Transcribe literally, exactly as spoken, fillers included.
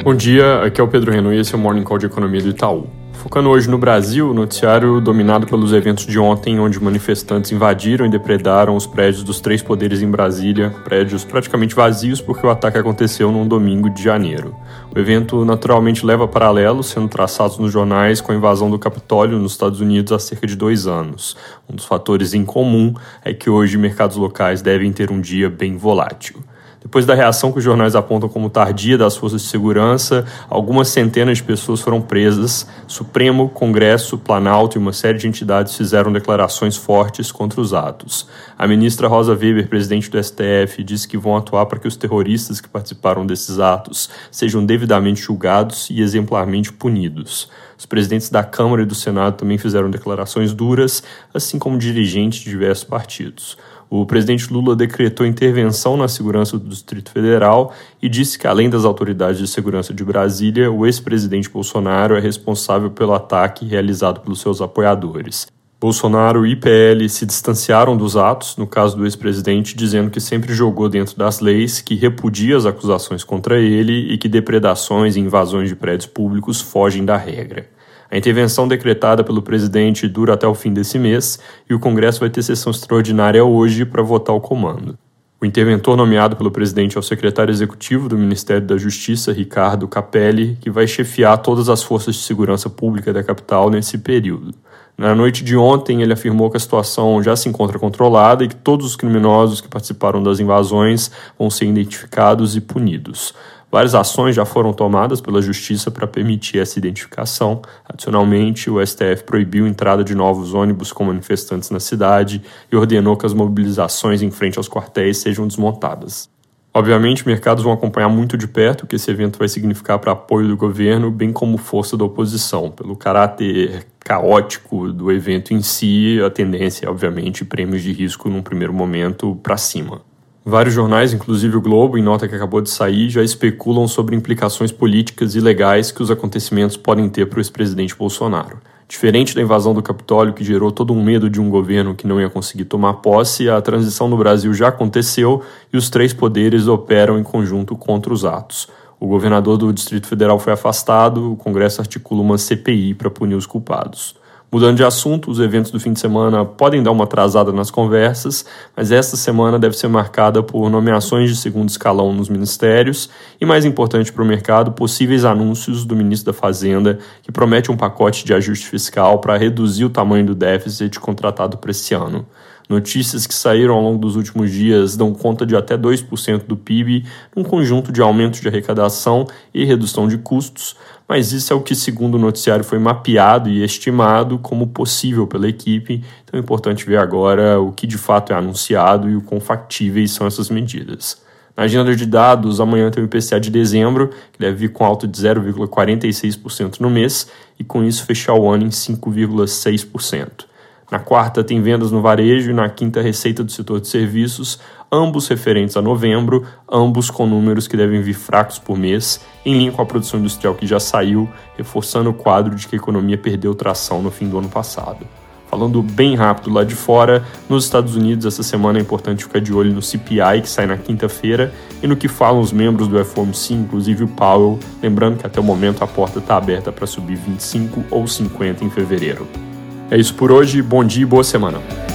Bom dia, aqui é o Pedro Renault e esse é o Morning Call de Economia do Itaú. Focando hoje no Brasil, o noticiário dominado pelos eventos de ontem, onde manifestantes invadiram e depredaram os prédios dos três poderes em Brasília, prédios praticamente vazios porque o ataque aconteceu num domingo de janeiro. O evento naturalmente leva paralelos, sendo traçados nos jornais com a invasão do Capitólio nos Estados Unidos há cerca de dois anos. Um dos fatores em comum é que hoje mercados locais devem ter um dia bem volátil. Depois da reação que os jornais apontam como tardia das forças de segurança, algumas centenas de pessoas foram presas. Supremo, Congresso, Planalto e uma série de entidades fizeram declarações fortes contra os atos. A ministra Rosa Weber, presidente do S T F, disse que vão atuar para que os terroristas que participaram desses atos sejam devidamente julgados e exemplarmente punidos. Os presidentes da Câmara e do Senado também fizeram declarações duras, assim como dirigentes de diversos partidos. O presidente Lula decretou intervenção na segurança do Distrito Federal e disse que, além das autoridades de segurança de Brasília, o ex-presidente Bolsonaro é responsável pelo ataque realizado pelos seus apoiadores. Bolsonaro e P L se distanciaram dos atos, no caso do ex-presidente, dizendo que sempre jogou dentro das leis, que repudia as acusações contra ele e que depredações e invasões de prédios públicos fogem da regra. A intervenção decretada pelo presidente dura até o fim desse mês e o Congresso vai ter sessão extraordinária hoje para votar o comando. O interventor nomeado pelo presidente é o secretário executivo do Ministério da Justiça, Ricardo Capelli, que vai chefiar todas as forças de segurança pública da capital nesse período. Na noite de ontem, ele afirmou que a situação já se encontra controlada e que todos os criminosos que participaram das invasões vão ser identificados e punidos. Várias ações já foram tomadas pela Justiça para permitir essa identificação. Adicionalmente, o S T F proibiu a entrada de novos ônibus com manifestantes na cidade e ordenou que as mobilizações em frente aos quartéis sejam desmontadas. Obviamente, mercados vão acompanhar muito de perto o que esse evento vai significar para apoio do governo, bem como força da oposição. Pelo caráter caótico do evento em si, a tendência é, obviamente, prêmios de risco num primeiro momento para cima. Vários jornais, inclusive o Globo, em nota que acabou de sair, já especulam sobre implicações políticas e legais que os acontecimentos podem ter para o ex-presidente Bolsonaro. Diferente da invasão do Capitólio, que gerou todo um medo de um governo que não ia conseguir tomar posse, a transição no Brasil já aconteceu e os três poderes operam em conjunto contra os atos. O governador do Distrito Federal foi afastado, o Congresso articula uma C P I para punir os culpados. Mudando de assunto, os eventos do fim de semana podem dar uma atrasada nas conversas, mas esta semana deve ser marcada por nomeações de segundo escalão nos ministérios e, mais importante para o mercado, possíveis anúncios do ministro da Fazenda, que promete um pacote de ajuste fiscal para reduzir o tamanho do déficit contratado para esse ano. Notícias que saíram ao longo dos últimos dias dão conta de até dois por cento do P I B, num conjunto de aumentos de arrecadação e redução de custos, mas isso é o que, segundo o noticiário, foi mapeado e estimado como possível pela equipe, então é importante ver agora o que de fato é anunciado e o quão factíveis são essas medidas. Na agenda de dados, amanhã tem o I P C A de dezembro, que deve vir com alta de zero vírgula quarenta e seis por cento no mês e com isso fechar o ano em cinco vírgula seis por cento. Na quarta tem vendas no varejo e na quinta receita do setor de serviços, ambos referentes a novembro, ambos com números que devem vir fracos por mês, em linha com a produção industrial que já saiu, reforçando o quadro de que a economia perdeu tração no fim do ano passado. Falando bem rápido lá de fora, nos Estados Unidos essa semana é importante ficar de olho no C P I, que sai na quinta-feira, e no que falam os membros do F O M C, inclusive o Powell, lembrando que até o momento a porta está aberta para subir vinte e cinco ou cinquenta em fevereiro. É isso por hoje, bom dia e boa semana.